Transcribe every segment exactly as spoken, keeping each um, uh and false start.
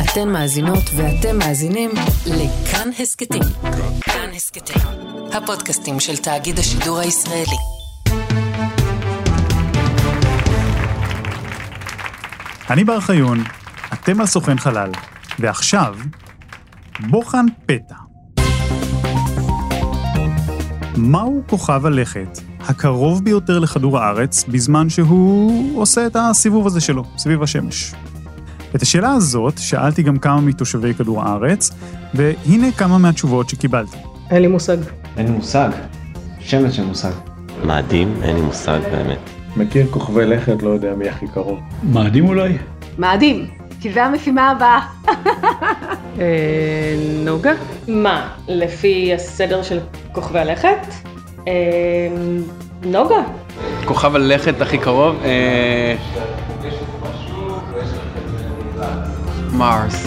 אתן מאזינות ואתם מאזינים לכאן הסקטים. כאן הסקטים, הפודקאסטים של תאגיד השידור הישראלי. אני בר חיון, אתם על סוכן חלל, ועכשיו, בוחן פתע. מהו כוכב הלכת הקרוב ביותר לכדור הארץ בזמן שהוא עושה את הסיבוב הזה שלו, סביב השמש? את השאלה הזאת שאלתי גם כמה מתושבי כדור הארץ, והנה כמה מהתשובות שקיבלתי. אין לי מושג. אין לי מושג. שמש אין מושג. מאדים, אין לי מושג באמת. מכיר כוכבי לכת, לא יודע מי הכי קרוב. מאדים אולי? מאדים, טבעי המשימה הבאה. נוגה? מה, לפי הסדר של כוכבי הלכת? נוגה. כוכב הלכת הכי קרוב? מרס.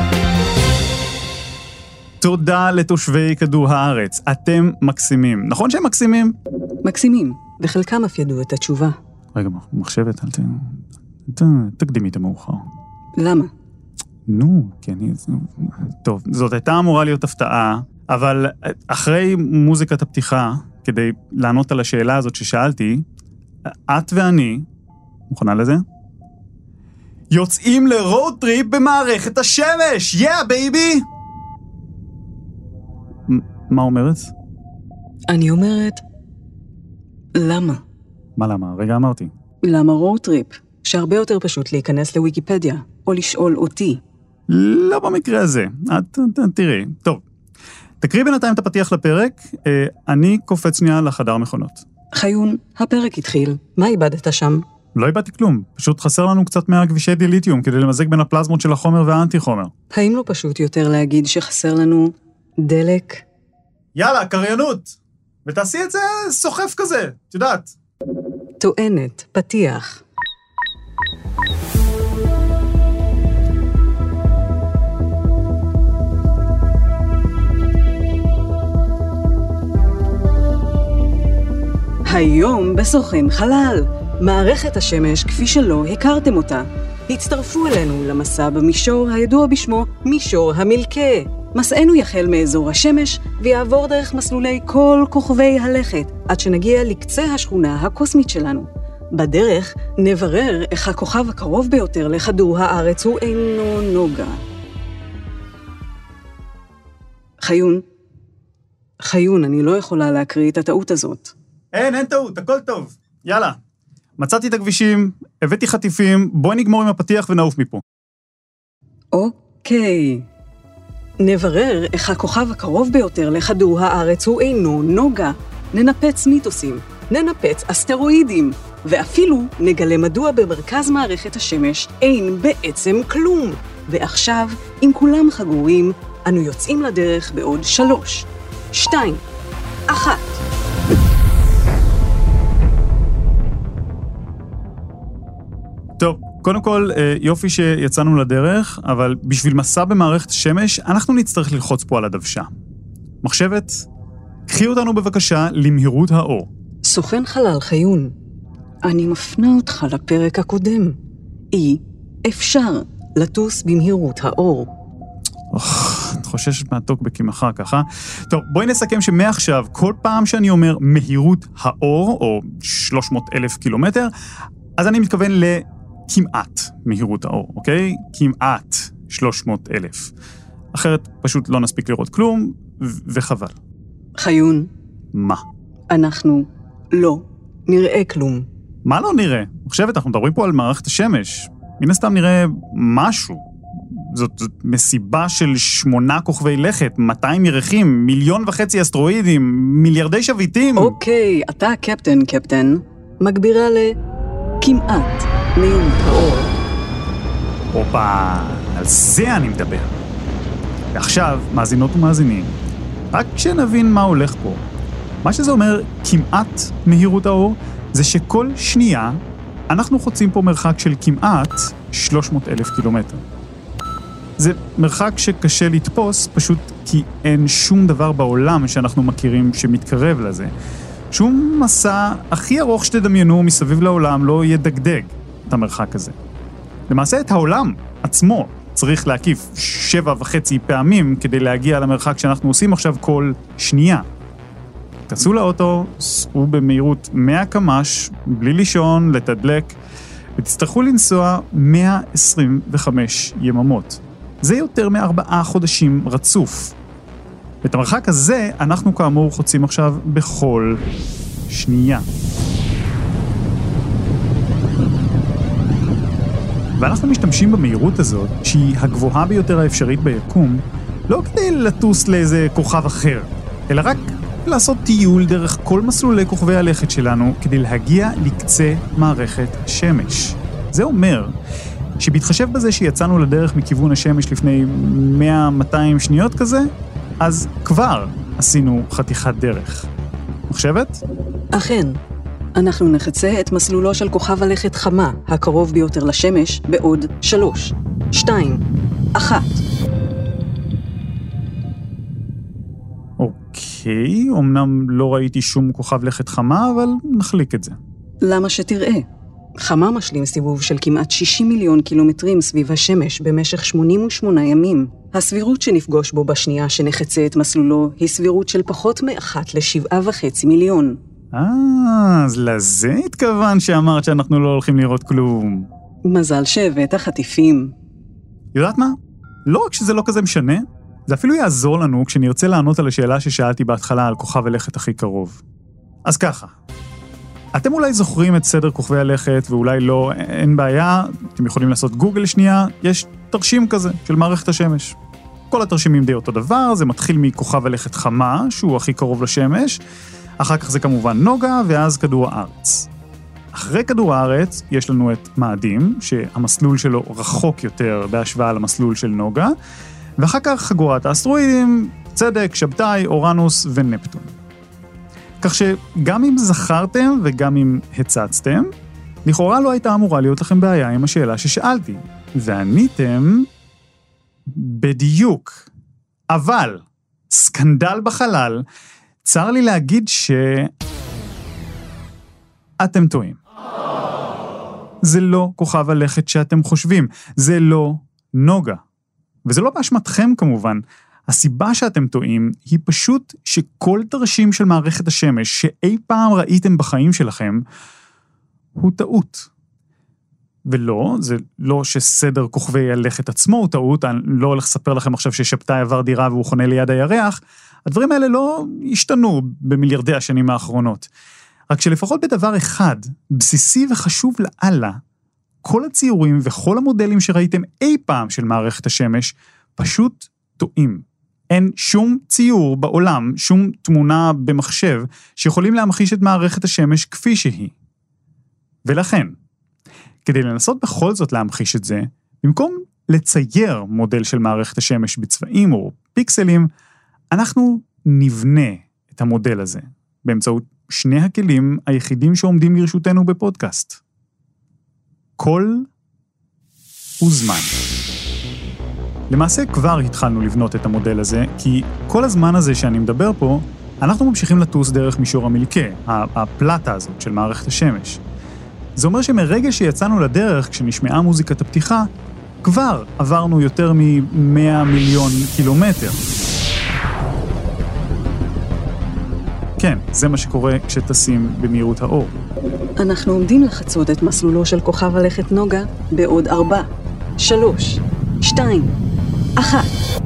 תודה לתושבי כדור הארץ, אתם מקסימים. נכון שהם מקסימים? מקסימים, וחלקם אף ידעו את התשובה. רגע, מחשבת, אל ת... תקדימי את המאוחר. למה? נו, כי אני... טוב, זאת הייתה אמורה להיות הפתעה, אבל אחרי מוזיקת הפתיחה, כדי לענות על השאלה הזאת ששאלתי, את ואני, מוכנה לזה? יוצאים לרוד טריפ במערכת השמש! Yeah, baby! מה אומרת? אני אומרת, למה? מה למה? רגע אמרתי. למה רוד טריפ? שהרבה יותר פשוט להיכנס לוויקיפדיה, או לשאול אותי. לא במקרה הזה. את, תראי. טוב. תקריא בינתיים את הפתיח לפרק, אני קופץ שנייה לחדר מכונות. חיון, הפרק התחיל. מה איבדת שם? לא איבדתי כלום. פשוט חסר לנו קצת מהגבישי דיליטיום, כדי למזג בין הפלזמות של החומר והאנטי-חומר. האם לא פשוט יותר להגיד שחסר לנו דלק? יאללה, קריינות! ותעשי את זה סוחף כזה, את יודעת. טוענת, פתיח. היום בסוכן חלל, מערכת השמש כפי שלא הכרתם אותה. הצטרפו אלינו למסע במישור הידוע בשמו מישור המילכה. מסענו יחל מאזור השמש ויעבור דרך מסלולי כל כוכבי הלכת, עד שנגיע לקצה השכונה הקוסמית שלנו. בדרך נברר איך הכוכב הקרוב ביותר לכדור הארץ הוא אינו נוגה. חיון, חיון, אני לא יכולה להקריא את הטעות הזאת. אין, אין טעות, הכל טוב. יאללה. מצאתי את הכבישים, הבאתי חטיפים, בואי נגמור עם הפתיח ונעוף מפה. אוקיי. נברר איך הכוכב הקרוב ביותר לכדור הארץ הוא אינו נוגה. ננפץ מיתוסים, ננפץ אסטרואידים, ואפילו נגלה מדוע במרכז מערכת השמש אין בעצם כלום. ועכשיו, אם כולם חגורים, אנו יוצאים לדרך בעוד שלוש, שתיים, אחת. טוב, קודם כל, יופי שיצאנו לדרך, אבל בשביל מסע במערכת השמש, אנחנו נצטרך ללחוץ פה על הדוושה. מחשבת, קחי אותנו בבקשה למהירות האור. סוכן חלל חיון, אני מפנה אותך לפרק הקודם. אי אפשר לטוס במהירות האור. אוח, את חוששת מהטוקבקים אחר כך, אה? טוב, בואי נסכם שמעכשיו, כל פעם שאני אומר מהירות האור, או שלוש מאות אלף קילומטר, אז אני מתכוון ל... כמעט מהירות האור, אוקיי? כמעט שלוש מאות אלף. אחרת פשוט לא נספיק לראות כלום, ו- וחבל. חיון. מה? אנחנו לא נראה כלום. מה לא נראה? מחשבת, אנחנו מדברים פה על מערכת השמש. מן הסתם נראה משהו. זאת, זאת מסיבה של שמונה כוכבי לכת, מאתיים ירחים, מיליון וחצי אסטרואידים, מיליארדי שביטים. אוקיי, אתה קפטן, קפטן. מגבירה לכמעט. מהירות האור. אופה, על זה אני מדבר. ועכשיו, מאזינות ומאזינים, רק כשנבין מה הולך פה, מה שזה אומר כמעט מהירות האור, זה שכל שנייה אנחנו חוצים פה מרחק של כמעט שלוש מאות אלף קילומטר. זה מרחק שקשה לתפוס, פשוט כי אין שום דבר בעולם שאנחנו מכירים שמתקרב לזה. שום מסע הכי ארוך שתדמיינו מסביב לעולם לא ידגדג את המרחק הזה. למעשה את העולם עצמו צריך להקיף שבע וחצי פעמים כדי להגיע למרחק שאנחנו עושים עכשיו כל שנייה. תעשו לאוטו, סעו במהירות מאה קמ"ש, בלי לישון, לתדלק, ותצטרכו לנסוע מאה עשרים וחמש יממות. זה יותר מארבעה חודשים רצוף. ואת המרחק הזה אנחנו כאמור חוצים עכשיו בכל שנייה. ואנחנו משתמשים במהירות הזאת, שהיא הגבוהה ביותר האפשרית ביקום, לא כדי לטוס לאיזה כוכב אחר, אלא רק לעשות טיול דרך כל מסלולי כוכבי הלכת שלנו, כדי להגיע לקצה מערכת השמש. זה אומר שבהתחשב בזה שיצאנו לדרך מכיוון השמש לפני מאה מאתיים שניות כזה, אז כבר עשינו חתיכת דרך. מחשבת? אכן, אנחנו נחצה את מסלולו של כוכב הלכת חמה, הקרוב ביותר לשמש, בעוד שלוש, שתיים, אחת. אוקיי, אמנם לא ראיתי שום כוכב לכת חמה, אבל נחליק את זה. למה שתראה? חמה משלים סיבוב של כמעט שישים מיליון קילומטרים סביב השמש במשך שמונים ושמונה ימים. הסבירות שנפגוש בו בשנייה שנחצה את מסלולו היא סבירות של פחות מאחת לשבעה וחצי מיליון. אה, אז לזה התכוון שאמרת שאנחנו לא הולכים לראות כלום. מזל שהבאת חטיפים. יודעת מה? לא רק שזה לא כזה משנה, זה אפילו יעזור לנו כשנרצה לענות על השאלה ששאלתי בהתחלה על כוכב הלכת הכי קרוב. אז ככה, אתם אולי זוכרים את סדר כוכבי הלכת, ואולי לא, אין בעיה, אתם יכולים לעשות גוגל שנייה, יש תרשים כזה של מערכת השמש. כל התרשימים די אותו דבר, זה מתחיל מכוכב הלכת חמה, שהוא הכי קרוב לשמש, אחר כך זה כמובן נוגה, ואז כדור הארץ. אחרי כדור הארץ יש לנו את מאדים, שהמסלול שלו רחוק יותר בהשוואה למסלול של נוגה, ואחר כך חגורת האסטרואידים, צדק, שבתאי, אורנוס ונפטון. כך שגם אם זכרתם וגם אם הצצתם, לכאורה לא הייתה אמורה להיות לכם בעיה עם השאלה ששאלתי. ועניתם בדיוק. אבל, סקנדל בחלל, צר לי להגיד ש... אתם טועים. זה לא כוכב הלכת שאתם חושבים. זה לא נוגה. וזה לא באשמתכם כמובן. הסיבה שאתם טועים היא פשוט שכל תרשים של מערכת השמש שאי פעם ראיתם בחיים שלכם הוא טעות. ולא, זה לא שסדר כוכבי הלכת עצמו הוא טעות, אני לא הולך לספר לכם עכשיו ששבתאי עבר דירה והוא חונה ליד הירח, הדברים האלה לא השתנו במיליארדי השנים האחרונות. רק שלפחות בדבר אחד, בסיסי וחשוב לאללה, כל הציורים וכל המודלים שראיתם אי פעם של מערכת השמש פשוט טועים. אין שום ציור בעולם, שום תמונה במחשב, שיכולים להמחיש את מערכת השמש כפי שהיא. ולכן, כדי לנסות בכל זאת להמחיש את זה, במקום לצייר מודל של מערכת השמש בצבעים או פיקסלים, אנחנו נבנה את המודל הזה, באמצעות שני הכלים היחידים שעומדים לרשותנו בפודקאסט. קול וזמן. למעשה כבר התחלנו לבנות את המודל הזה, כי כל הזמן הזה שאני מדבר פה, אנחנו ממשיכים לטוס דרך מישור המילקה, הפלטה הזאת של מערכת השמש. זה אומר שמרגע שיצאנו לדרך, כשנשמעה מוזיקת הפתיחה, כבר עברנו יותר מ-מאה מיליון קילומטר. כן, זה מה שקורה כשטסים במהירות האור. אנחנו עומדים לחצות את מסלולו של כוכב הלכת נוגה בעוד ארבע, שלוש, שתיים, אחת.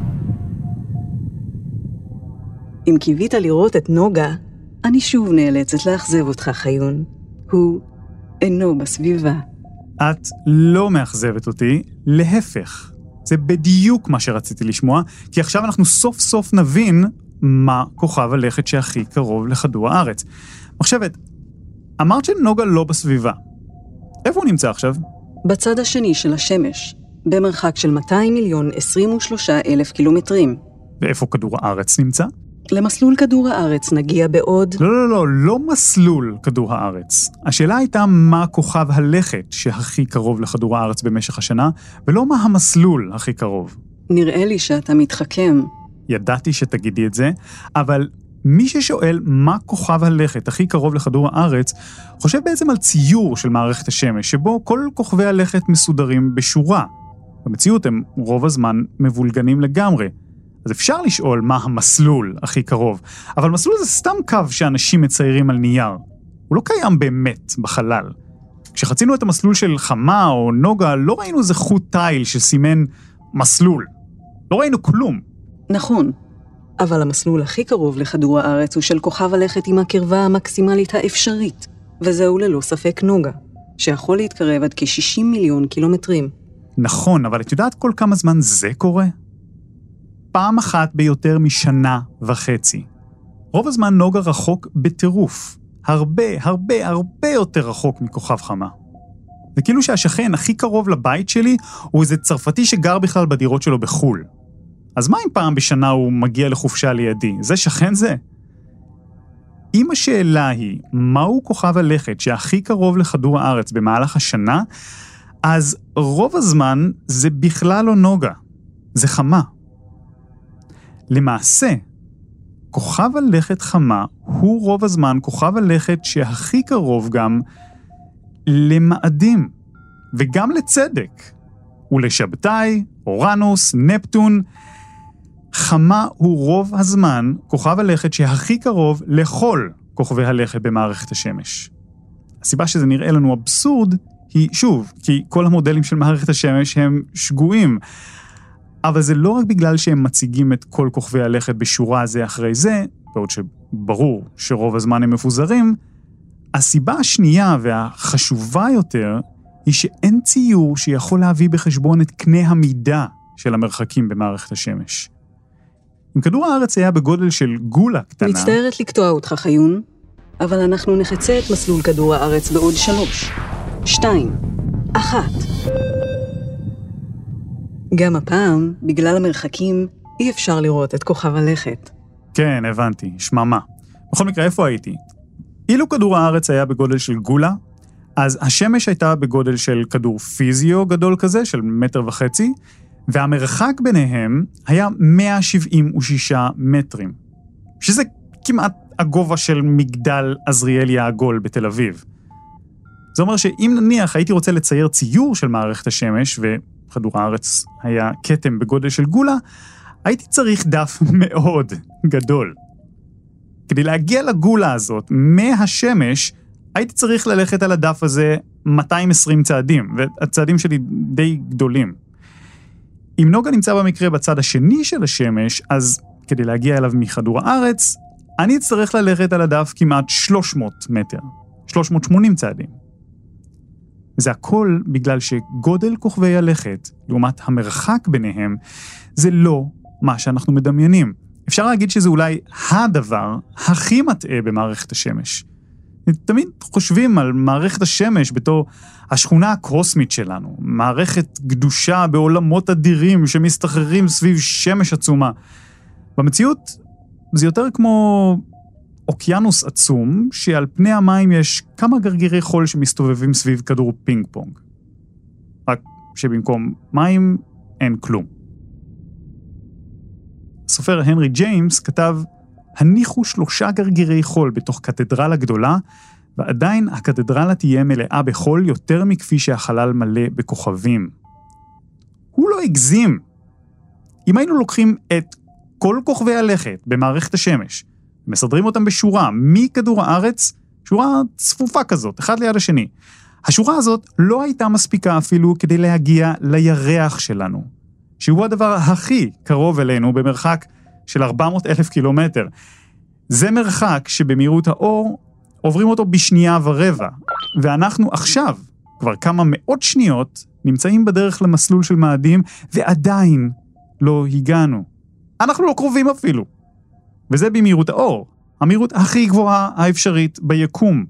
אם קיווית לראות את נוגה, אני שוב נאלצת לאכזב אותך, חיון. הוא אינו בסביבה. את לא מאכזבת אותי, להפך. זה בדיוק מה שרציתי לשמוע, כי עכשיו אנחנו סוף סוף נבין מה כוכב הלכת שהכי קרוב לכדור הארץ. מחשבת, אמרת שנוגה לא בסביבה. איפה הוא נמצא עכשיו? בצד השני של השמש, במרחק של מאתיים מיליון עשרים ושלושה אלף קילומטרים. ואיפה כדור הארץ נמצא? למסלול כדור הארץ נגיע בעוד... לא, לא, לא, לא מסלול כדור הארץ. השאלה הייתה מה כוכב הלכת שהכי קרוב לכדור הארץ במשך השנה, ולא מה המסלול הכי קרוב. נראה לי שאתה מתחכם. ידעתי שתגידי את זה, אבל מי ששואל מה כוכב הלכת הכי קרוב לכדור הארץ, חושב בעצם על ציור של מערכת השמש, שבו כל כוכבי הלכת מסודרים בשורה. במציאות הם רוב הזמן מבולגנים לגמרי. אז אפשר לשאול מה המסלול הכי קרוב, אבל מסלול זה סתם קו שאנשים מציירים על נייר. הוא לא קיים באמת בחלל. כשחצינו את המסלול של חמה או נוגה, לא ראינו איזה חוט תיל שסימן מסלול. לא ראינו כלום. נכון, אבל המסלול הכי קרוב לכדור הארץ הוא של כוכב הלכת עם הקרבה המקסימלית האפשרית, וזהו ללא ספק נוגה, שיכול להתקרב עד כ-שישים מיליון קילומטרים. נכון, אבל את יודעת כל כמה זמן זה קורה? פעם אחת ביותר משנה וחצי. רוב הזמן נוגה רחוק בטירוף. הרבה, הרבה, הרבה יותר רחוק מכוכב חמה. זה כאילו שהשכן הכי קרוב לבית שלי הוא איזה צרפתי שגר בכלל בדירות שלו בחול. אז מה אם פעם בשנה הוא מגיע לחופשה לידי? זה שכן זה? אם השאלה היא, מהו כוכב הלכת שהכי קרוב לכדור הארץ במהלך השנה, אז רוב הזמן זה בכלל לא נוגה. זה חמה. למעשה, כוכב הלכת חמה הוא רוב הזמן כוכב הלכת שהכי קרוב גם למאדים, וגם לצדק, ולשבתאי, אורנוס, נפטון. חמה הוא רוב הזמן כוכב הלכת שהכי קרוב לכל כוכבי הלכת במערכת השמש. הסיבה שזה נראה לנו אבסורד היא, שוב, כי כל המודלים של מערכת השמש הם שגויים, אבל זה לא רק בגלל שהם מציגים את כל כוכבי הלכת בשורה זה אחרי זה, בעוד שברור שרוב הזמן הם מפוזרים. הסיבה השנייה והחשובה יותר היא שאין ציור שיכול להביא בחשבון את קנה המידה של המרחקים במערכת השמש. אם כדור הארץ היה בגודל של גולה קטנה... מצטערת לקטוע אותך חיון, אבל אנחנו נחצה את מסלול כדור הארץ בעוד שלוש, שתיים, אחת. גם הפעם, בגלל המרחקים, אי אפשר לראות את כוכב הלכת. כן, הבנתי, שממה. בכל מקרה, איפה הייתי? אילו כדור הארץ היה בגודל של גולה, אז השמש הייתה בגודל של כדור פיזיו גדול כזה, של מטר וחצי, והמרחק ביניהם היה מאה שבעים ושישה מטרים, שזה כמעט הגובה של מגדל עזריאלי העגול בתל אביב. זה אומר שאם נניח הייתי רוצה לצייר ציור של מערכת השמש, וכדור הארץ היה קטם בגודל של גולה, הייתי צריך דף מאוד גדול. כדי להגיע לגולה הזאת מהשמש, הייתי צריך ללכת על הדף הזה מאתיים ועשרים צעדים, והצעדים שלי די גדולים. אם נוגה נמצא במקרה בצד השני של השמש, אז כדי להגיע אליו מכדור הארץ, אני אצטרך ללכת על הדף כמעט שלוש מאות מטר, שלוש מאות ושמונים צעדים. זה הכל בגלל שגודל כוכבי הלכת, לעומת המרחק ביניהם, זה לא מה שאנחנו מדמיינים. אפשר להגיד שזה אולי הדבר הכי מטעה במערכת השמש. תמיד חושבים על מערכת השמש בתור השכונה הקוסמית שלנו, מערכת קדושה בעולמות אדירים שמסתחררים סביב שמש עצומה. במציאות זה יותר כמו אוקיינוס עצום, שעל פני המים יש כמה גרגירי חול שמסתובבים סביב כדור פינג פונג. רק שבמקום מים אין כלום. הסופר הנרי ג'יימס כתב, הניחו שלושה גרגירי חול בתוך קתדרלה גדולה, ועדיין הקתדרלה תהיה מלאה בחול יותר מכפי שהחלל מלא בכוכבים. הוא לא הגזים. אם היינו לוקחים את כל כוכבי הלכת במערכת השמש, מסדרים אותם בשורה, מכדור הארץ, שורה צפופה כזאת, אחד ליד השני. השורה הזאת לא הייתה מספיקה אפילו כדי להגיע לירח שלנו, שהוא הדבר הכי קרוב אלינו במרחק של ארבע מאות אלף קילומטר. זה מרחק שבמהירות האור עוברים אותו בשנייה ורבע, ואנחנו עכשיו, כבר כמה מאות שניות, נמצאים בדרך למסלול של מאדים, ועדיין לא הגענו. אנחנו לא קרובים אפילו. וזה במהירות האור, המהירות הכי גבוהה האפשרית ביקום.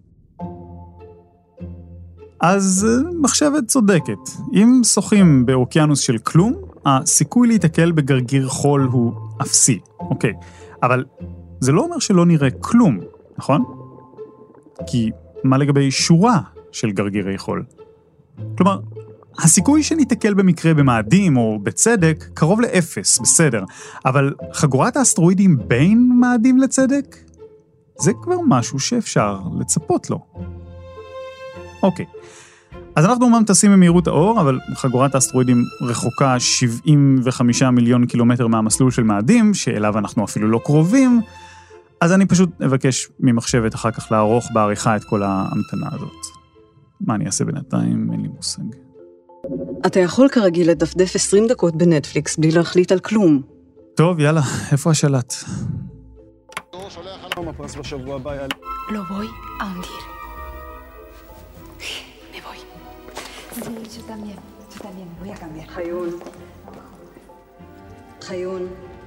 אז מחשבת צודקת. אם שוחים באוקיינוס של כלום, הסיכוי להתקל בגרגיר חול הוא אפסי. אוקיי, אבל זה לא אומר שלא נראה כלום, נכון? כי מה לגבי שורה של גרגירי חול? כלומר, הסיכוי שניתקל במקרה במאדים או בצדק קרוב לאפס, בסדר. אבל חגורת האסטרואידים בין מאדים לצדק? זה כבר משהו שאפשר לצפות לו. אוקיי, אז אנחנו אומנם טסים במהירות האור, אבל חגורת האסטרואידים רחוקה שבעים וחמישה מיליון קילומטר מהמסלול של מאדים, שאליו אנחנו אפילו לא קרובים, אז אני פשוט אבקש ממחשבת אחר כך לערוך בעריכה את כל ההמתנה הזאת. מה אני אעשה בינתיים? אין לי מושג. אתה יכול כרגיל לדפדף עשרים דקות בנטפליקס בלי להחליט על כלום. טוב, יאללה, איפה השלט? Lo voy a hundir. Me voy. Sí, yo también. Yo también me voy a cambiar. חיון. חיון.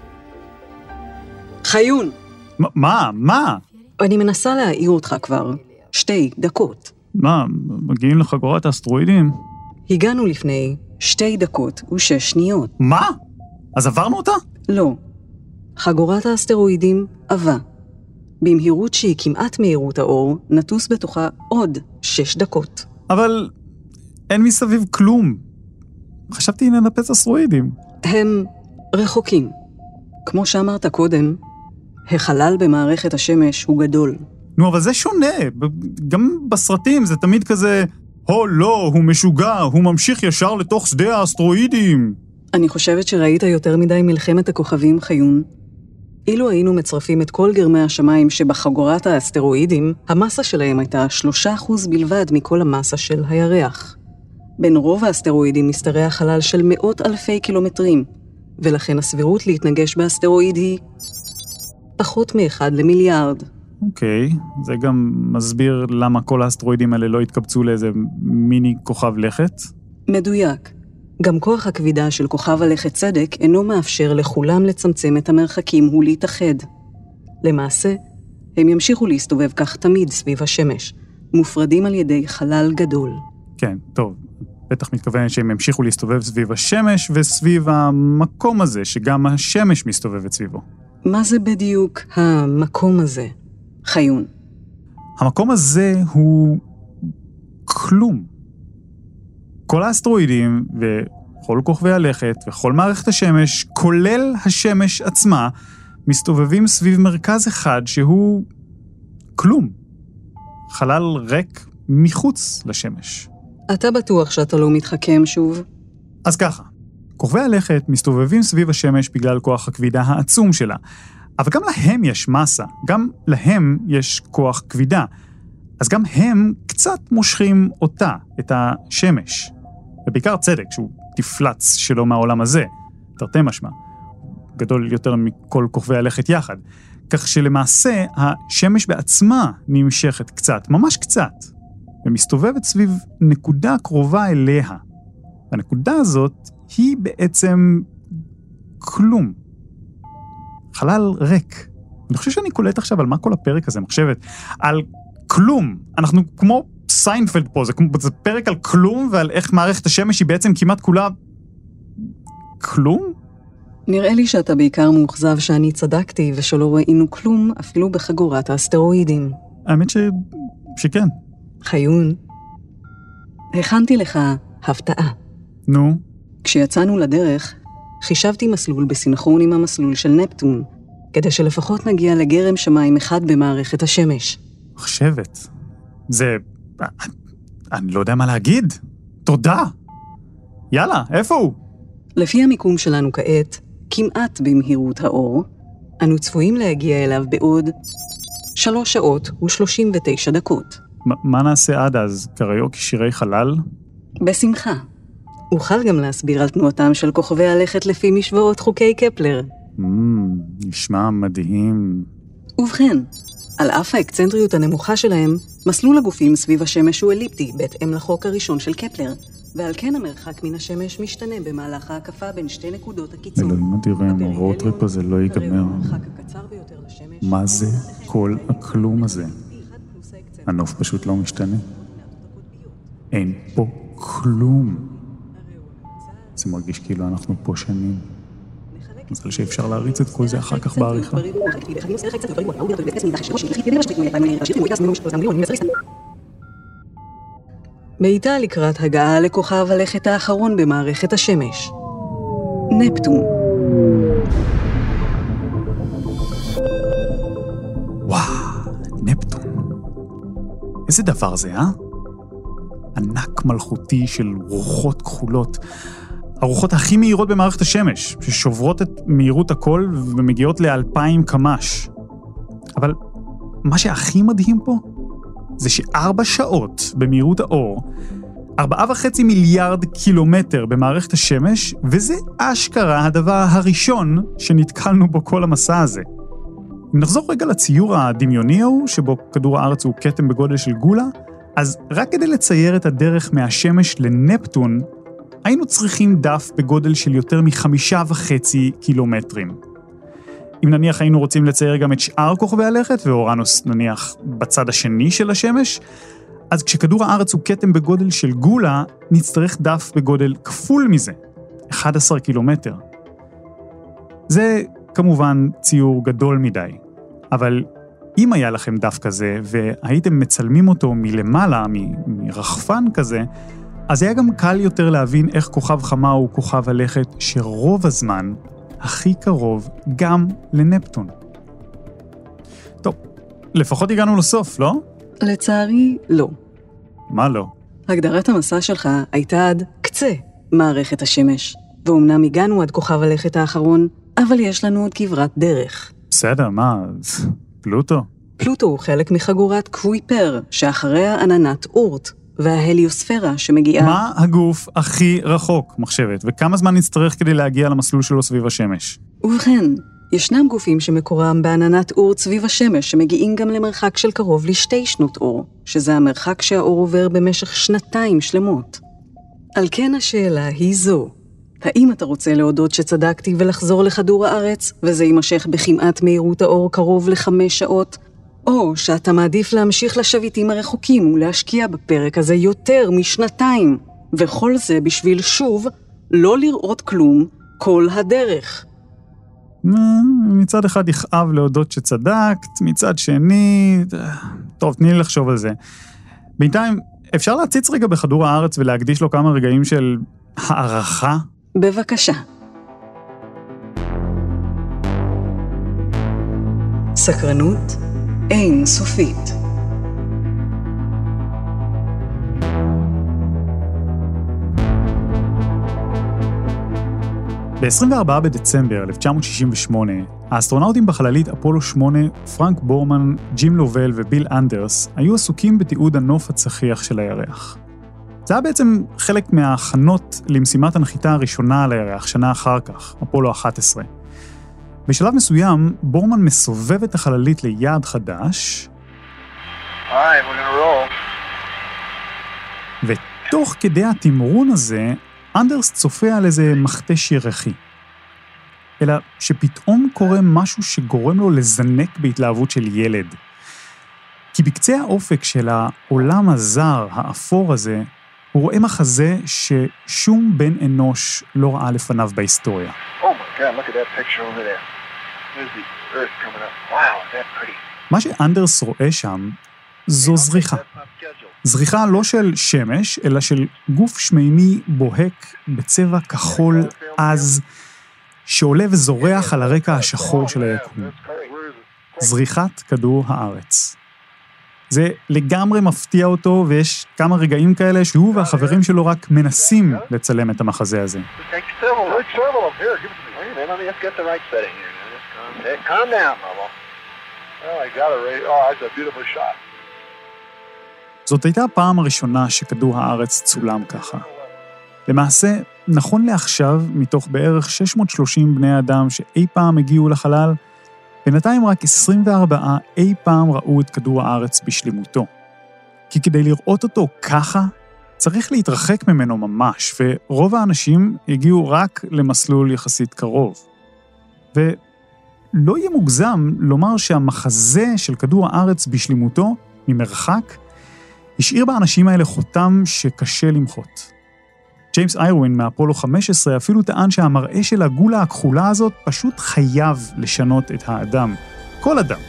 חיון! מה? מה? אני מנסה להעיר אותך כבר. שתי דקות. מה? מגיעים לחגורת האסטרואידים? הגענו לפני שתי דקות ושש שניות. מה? אז עברנו אותה? לא. חגורת האסטרואידים עבה. במהירות שהיא כמעט מהירות האור, נטוס בתוכה עוד שש דקות. אבל אין מסביב כלום. חשבתי לנפץ אסטרואידים. הם רחוקים. כמו שאמרת קודם, החלל במערכת השמש הוא גדול. נו, אבל זה שונה. גם בסרטים זה תמיד כזה, הו לא, הוא משוגע, הוא ממשיך ישר לתוך שדה האסטרואידים. אני חושבת שראית יותר מדי מלחמת הכוכבים, חיון. אילו היינו מצרפים את כל גרמי השמיים שבחגורת האסטרואידים, המסה שלהם הייתה שלושה אחוז בלבד מכל המסה של הירח. בין רוב האסטרואידים משתרע חלל של מאות אלפי קילומטרים, ולכן הסבירות להתנגש באסטרואיד היא פחות מאחד למיליארד. אוקיי, זה גם מסביר למה כל האסטרואידים האלה לא התקבצו לאיזה מיני כוכב לכת? מדויק. גם כוח הכבידה של כוכב הלכת צדק אינו מאפשר לכולם לצמצם את המרחקים ולהתאחד. למעשה, הם ימשיכו להסתובב כך תמיד סביב השמש, מופרדים על ידי חלל גדול. כן, טוב. בטח מתכוון שהם ימשיכו להסתובב סביב השמש וסביב המקום הזה, שגם השמש מסתובבת סביבו. מה זה בדיוק המקום הזה, חיון? המקום הזה הוא כלום. כל האסטרואידים וכל כוכבי הלכת וכל מערכת השמש, כולל השמש עצמה, מסתובבים סביב מרכז אחד שהוא כלום. חלל ריק מחוץ לשמש. אתה בטוח שאתה לא מתחכם שוב? אז ככה, כוכבי הלכת מסתובבים סביב השמש בגלל כוח הכבידה העצום שלה, אבל גם להם יש מסה, גם להם יש כוח כבידה, אז גם הם קצת מושכים אותה, את השמש, ובעיקר צדק, שהוא תפלץ שלו מהעולם הזה, תרתי משמע, גדול יותר מכל כוכבי הלכת יחד, כך שלמעשה השמש בעצמה נמשכת קצת, ממש קצת, ומסתובבת סביב נקודה קרובה אליה. והנקודה הזאת היא בעצם כלום. חלל ריק. אני חושב שאני קולט עכשיו על מה כל הפרק הזה מחשבת. על כלום. אנחנו כמו סיינפלד פה, זה, זה פרק על כלום ועל איך מערכת השמש היא בעצם כמעט כולה כלום? נראה לי שאתה בעיקר מאוכזב שאני צדקתי ושלא ראינו כלום אפילו בחגורת האסטרואידים. האמת ש... שכן. חיון, הכנתי לך הפתעה. נו? כשיצאנו לדרך, חישבתי מסלול בסינכרון עם המסלול של נפטון, כדי שלפחות נגיע לגרם שמיים אחד במערכת השמש. מחשבת. זה... אני לא יודע מה להגיד. תודה. יאללה, איפה הוא? לפי המיקום שלנו כעת, כמעט במהירות האור, אנו צפויים להגיע אליו בעוד שלוש שעות ושלושים ותשע דקות. מה נעשה עד אז? קריוקי שירי חלל? בשמחה. אוכל גם להסביר על תנועתם של כוכבי הלכת לפי משוואות חוקי קפלר. Mm, נשמע מדהים. ובכן, על אף האקצנטריות הנמוכה שלהם, מסלול הגופים סביב השמש הוא אליפטי, בהתאם לחוק הראשון של קפלר, ועל כן המרחק מן השמש משתנה במהלך ההקפה בין שתי נקודות הקיצון. אלוהים אדירים, הרוטריפ הזה לא ייגמר. מה זה כל הכלום הזה? הנוף פשוט לא משתנה. אין פה כלום. זה מרגיש כאילו אנחנו פה שנים. מזל שאפשר להריץ את כל זה אחר כך בעריכה. בעיטה לקראת הגעה לכוכב הלכת האחרון במערכת השמש. נפטון. וואו, נפטון. איזה דבר זה, אה? ענק מלכותי של רוחות כחולות. הרוחות הכי מהירות במערכת השמש, ששוברות את מהירות הכל ומגיעות לאלפיים קמ"ש. אבל מה שהכי מדהים פה, זה שארבע שעות במהירות האור, ארבעה וחצי מיליארד קילומטר במערכת השמש, וזה אשכרה הדבר הראשון שנתקלנו בו כל המסע הזה. אם נחזור רגע לציור הדמיוני ההוא, שבו כדור הארץ הוא קטם בגודל של גולה, אז רק כדי לצייר את הדרך מהשמש לנפטון, היינו צריכים דף בגודל של יותר מחמישה וחצי קילומטרים. אם נניח היינו רוצים לצייר גם את שאר כוכבי הלכת, ואורנוס נניח בצד השני של השמש, אז כשכדור הארץ הוא קטם בגודל של גולה, נצטרך דף בגודל כפול מזה, אחד עשר קילומטר. זה כמובן ציור גדול מדי, אבל אם היה לכם דף כזה, והייתם מצלמים אותו מלמעלה, מ- מרחפן כזה, אז היה גם קל יותר להבין איך כוכב חמה הוא כוכב הלכת שרוב הזמן הכי קרוב גם לנפטון. טוב, לפחות הגענו לסוף, לא? לצערי, לא. מה לא? הגדרת המסע שלך הייתה עד קצה מערכת השמש, ואומנם הגענו עד כוכב הלכת האחרון, אבל יש לנו עוד כברת דרך. בסדר, מה? פלוטו? פלוטו הוא חלק מחגורת קוויפר, שאחריה עננת אורט, וההליוספירה שמגיעה... מה הגוף הכי רחוק, מחשבת, וכמה זמן נצטרך כדי להגיע למסלול שלו סביב השמש? ובכן, ישנם גופים שמקורם בעננת אור סביב השמש, שמגיעים גם למרחק של קרוב לשתי שנות אור, שזה המרחק שהאור עובר במשך שנתיים שלמות. על כן השאלה היא זו, האם אתה רוצה להודות שצדקתי ולחזור לכדור הארץ, וזה יימשך בכמעט מהירות האור קרוב לחמש שעות, או שאתה מעדיף להמשיך לשביטים הרחוקים ולהשקיע בפרק הזה יותר משנתיים, וכל זה בשביל שוב לא לראות כלום כל הדרך. מצד אחד יכאב להודות שצדקת, מצד שני... טוב, תני לי לחשוב על זה. בינתיים, אפשר להציץ רגע בכדור הארץ ולהקדיש לו כמה רגעים של הערכה? בבקשה. סקרנות אין סופית. ב-עשרים וארבעה בדצמבר אלף תשע מאות שישים ושמונה, האסטרונאוטים בחללית אפולו שמונה, פרנק בורמן, ג'ים לובל וביל אנדרס, היו עסוקים בתיעוד הנוף הצחיח של הירח. זה היה בעצם חלק מההכנות למשימת הנחיתה הראשונה על הירח, שנה אחר כך, אפולו אחת עשרה. בשלב מסוים, בורמן מסובב את החללית ליעד חדש, Alright, we're gonna roll. ותוך כדי התמרון הזה, אנדרס צופה על איזה מכתש ירחי. אלא שפתאום קורה משהו שגורם לו לזנק בהתלהבות של ילד. כי בקצה האופק של העולם הזר, האפור הזה, הוא רואה מחזה ששום בן אנוש לא ראה לפניו בהיסטוריה. Oh my God, look at that picture over there. There's the earth coming up. Wow, is that pretty. מה שאנדרס רואה שם זו זריחה. זריחה לא של שמש, אלא של גוף שמימי בוהק בצבע כחול עז, שעולה וזורח על הרקע השחור של היקום. זריחת כדור הארץ. זה לגמרי מפתיע אותו, ויש כמה רגעים כאלה שהוא והחברים שלו רק מנסים לצלם את המחזה הזה. זאת הייתה הפעם הראשונה שכדור הארץ צולם ככה. למעשה, נכון לעכשיו, מתוך בערך שש מאות ושלושים בני אדם שאי פעם הגיעו לחלל, בינתיים רק עשרים וארבעה אי פעם ראו את כדור הארץ בשלמותו. כי כדי לראות אותו ככה, צריך להתרחק ממנו ממש, ורוב האנשים הגיעו רק למסלול יחסית קרוב. ולא יהיה מוגזם לומר שהמחזה של כדור הארץ בשלמותו, ממרחק, השאיר באנשים האלה חותם שקשה למחות. ג'יימס איירווין מאפולו חמש עשרה אפילו טען שהמראה של הגולה הכחולה הזאת פשוט חייב לשנות את האדם. כל אדם.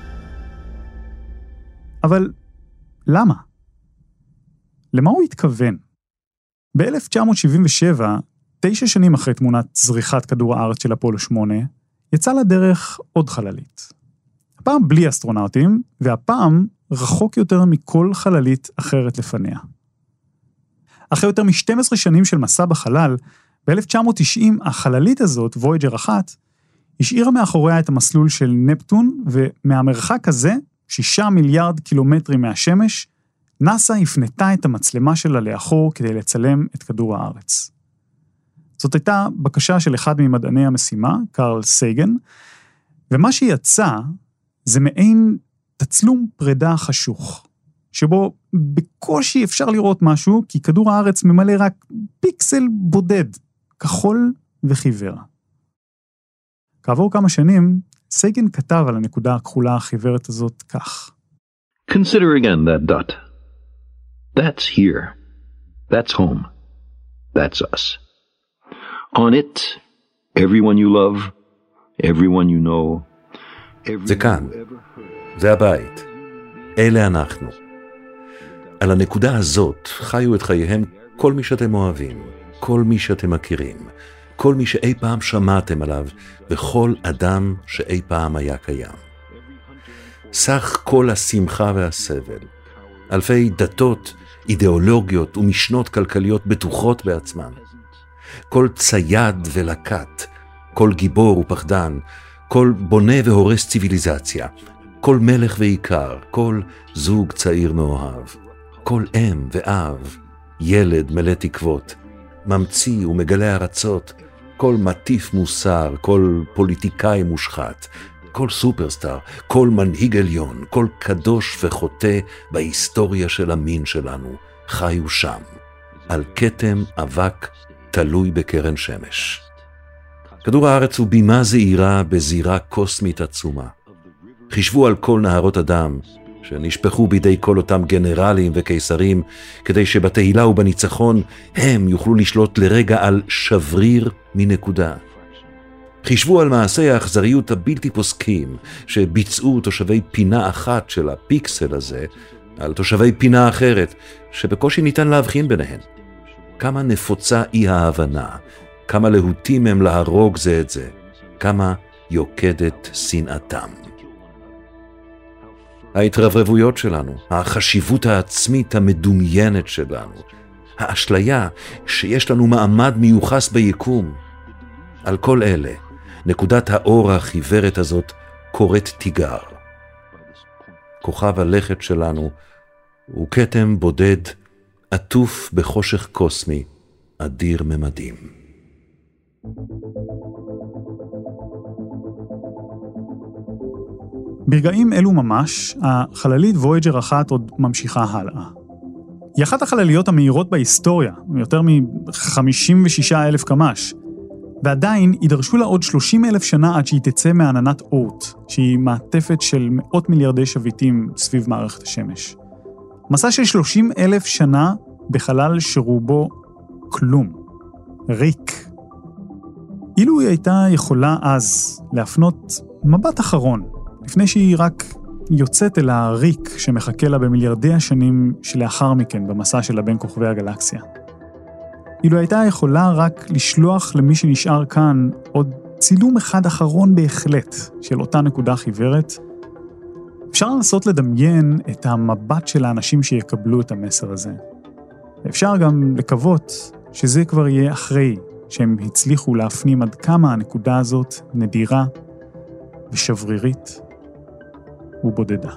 אבל למה? למה הוא התכוון? ב-אלף תשע מאות שבעים ושבע, תשע שנים אחרי תמונת זריחת כדור הארץ של אפולו שמונה, יצא לדרך עוד חללית. הפעם בלי אסטרונאוטים, והפעם רחוק יותר מכל חללית אחרת לפניה. אחרי יותר מ-שתים עשרה שנים של מסע בחלל, ב-אלף תשע מאות תשעים החללית הזאת, וויג'ר אחת, השאירה מאחוריה את המסלול של נפטון, ומהמרחק הזה, שישה מיליארד קילומטרים מהשמש, נאסא הפנתה את המצלמה שלה לאחור כדי לצלם את כדור הארץ. זאת הייתה בקשה של אחד ממדעני המשימה, קרל סייגן, ומה שיצא זה מעין תצלום פרידה חשוך, שבו בקושי אפשר לראות משהו, כי כדור הארץ ממלא רק פיקסל בודד, כחול וחיוור. כעבור כמה שנים, סייגן כתב על הנקודה הכחולה החיוורת הזאת כך. Consider again that dot. That's here. That's home. That's us. On it, everyone you love, everyone you know, זה כאן. זה הבית. אלה אנחנו. על הנקודה הזאת חיו את חייהם כל מי שאתם אוהבים, כל מי שאתם מכירים, כל מי שאי פעם שמעתם עליו, וכל אדם שאי פעם היה קיים. סך כל השמחה והסבל, אלפי דתות, אידיאולוגיות ומשנות כלכליות בטוחות בעצמן. כל צייד ולקט, כל גיבור ופחדן, כל בונה והורס ציוויליזציה, כל מלך ועיקר, כל זוג צעיר מאוהב, כל אם ואב, ילד מלא תקוות, ממציא ומגלה ארצות, כל מטיף מוסר, כל פוליטיקאי מושחת, כל סופרסטאר, כל מנהיג עליון, כל קדוש וחוטא בהיסטוריה של המין שלנו, חיו שם, על כתם אבק תלוי בקרן שמש. כדור הארץ הוא בימה זעירה בזירה קוסמית עצומה. חישבו על כל נהרות הדם שנשפכו בידי כל אותם גנרלים וקיסרים, כדי שבתהילה ובניצחון הם יוכלו לשלוט לרגע על שבריר מנקודה. חישבו על מעשי האכזריות הבלתי פוסקים שביצעו תושבי פינה אחת של הפיקסל הזה, על תושבי פינה אחרת שבקושי ניתן להבחין ביניהן. כמה נפוצה אי ההבנה, כמה להוטים הם להרוג זה את זה, כמה יוקדת שנאתם. ההתרברבויות שלנו, החשיבות העצמית המדומיינת שלנו, האשליה שיש לנו מעמד מיוחס ביקום, על כל אלה, נקודת האור החיוורת הזאת קוראת תיגר. כוכב הלכת שלנו הוא כתם בודד, עטוף בחושך קוסמי, אדיר ממדים. ברגעים אלו ממש, החללית וויג'ר אחת עוד ממשיכה הלאה. היא אחת החלליות המהירות בהיסטוריה, יותר מ-חמישים ושישה אלף קמ"ש, ועדיין יידרשו לה עוד שלושים אלף שנה עד שהיא תצא מעננת אורט, שהיא מעטפת של מאות מיליארדי שביטים סביב מערכת השמש. מסע של שלושים אלף שנה בחלל שרובו כלום, ריק. אילו היא הייתה יכולה אז להפנות מבט אחרון, לפני שהיא רק יוצאת אל הריק שמחכה לה במיליארדי השנים שלאחר מכן במסע שלה בין כוכבי הגלקסיה. אילו הייתה יכולה רק לשלוח למי שנשאר כאן עוד צילום אחד אחרון בהחלט של אותה נקודה חיוורת, אפשר לנסות לדמיין את המבט של האנשים שיקבלו את המסר הזה. אפשר גם לקוות שזה כבר יהיה אחרי שהם הצליחו להפנים עד כמה הנקודה הזאת נדירה ושברירית ובודדה.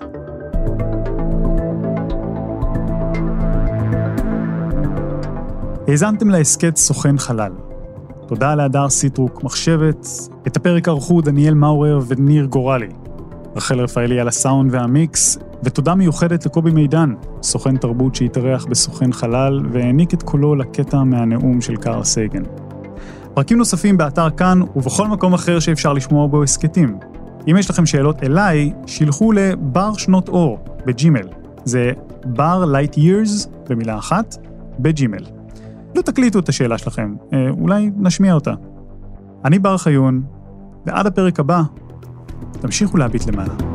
האזנתם להסקט סוכן חלל. תודה להדר סיטרוק מחשבת, את הפרק ערכו דניאל מאורר וניר גורלי. רחל רפאלי על הסאונד והמיקס, ותודה מיוחדת לקובי מידן, סוכן תרבות שהתארח בסוכן חלל והעניק את קולו לקטע מהנאום של קרל סייגן. פרקים נוספים באתר כאן ובכל מקום אחר שאפשר לשמוע בו הסקטים. אם יש לכם שאלות אליי, שילחו לבר שנות אור בג'ימל. זה בר light years במילה אחת בג'ימל. לא תקליטו את השאלה שלכם, אולי נשמיע אותה. אני בר חיון, ועד הפרק הבא, תמשיכו להביט למעלה.